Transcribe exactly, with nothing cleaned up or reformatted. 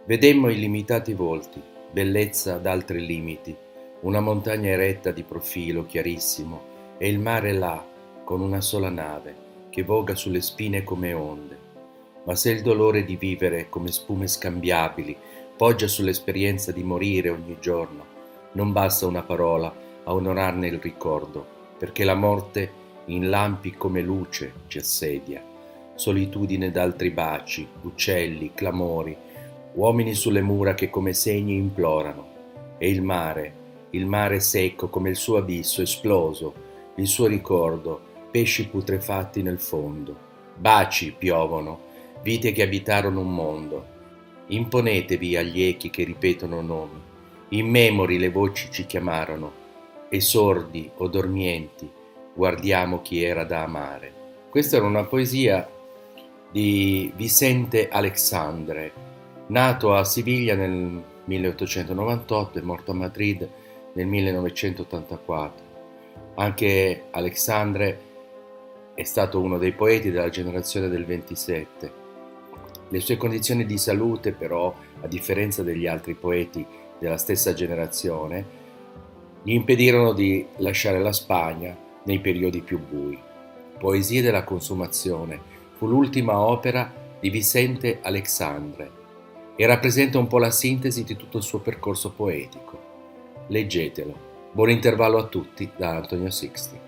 Vedemmo illimitati volti, bellezza d'altri limiti, una montagna eretta di profilo chiarissimo e il mare là, con una sola nave, che voga sulle spine come onde. Ma se il dolore di vivere come spume scambiabili poggia sull'esperienza di morire ogni giorno, non basta una parola a onorarne il ricordo, perché la morte in lampi come luce ci assedia. Solitudine d'altri baci, uccelli, clamori, uomini sulle mura che come segni implorano. E il mare, il mare secco come il suo abisso esploso, il suo ricordo, pesci putrefatti nel fondo. Baci piovono, vite che abitarono un mondo. Imponetevi agli echi che ripetono nomi. Immemori le voci ci chiamarono, e sordi o dormienti guardiamo chi era da amare. Questa era una poesia di Vicente Alexandre, nato a Siviglia nel milleottocentonovantotto e morto a Madrid nel millenovecentottantaquattro. Anche Alexandre è stato uno dei poeti della generazione del ventisette. Le sue condizioni di salute, però, a differenza degli altri poeti della stessa generazione, gli impedirono di lasciare la Spagna nei periodi più bui. Poesie della consumazione fu l'ultima opera di Vicente Alexandre e rappresenta un po' la sintesi di tutto il suo percorso poetico. Leggetelo. Buon intervallo a tutti da Antonio Sixti.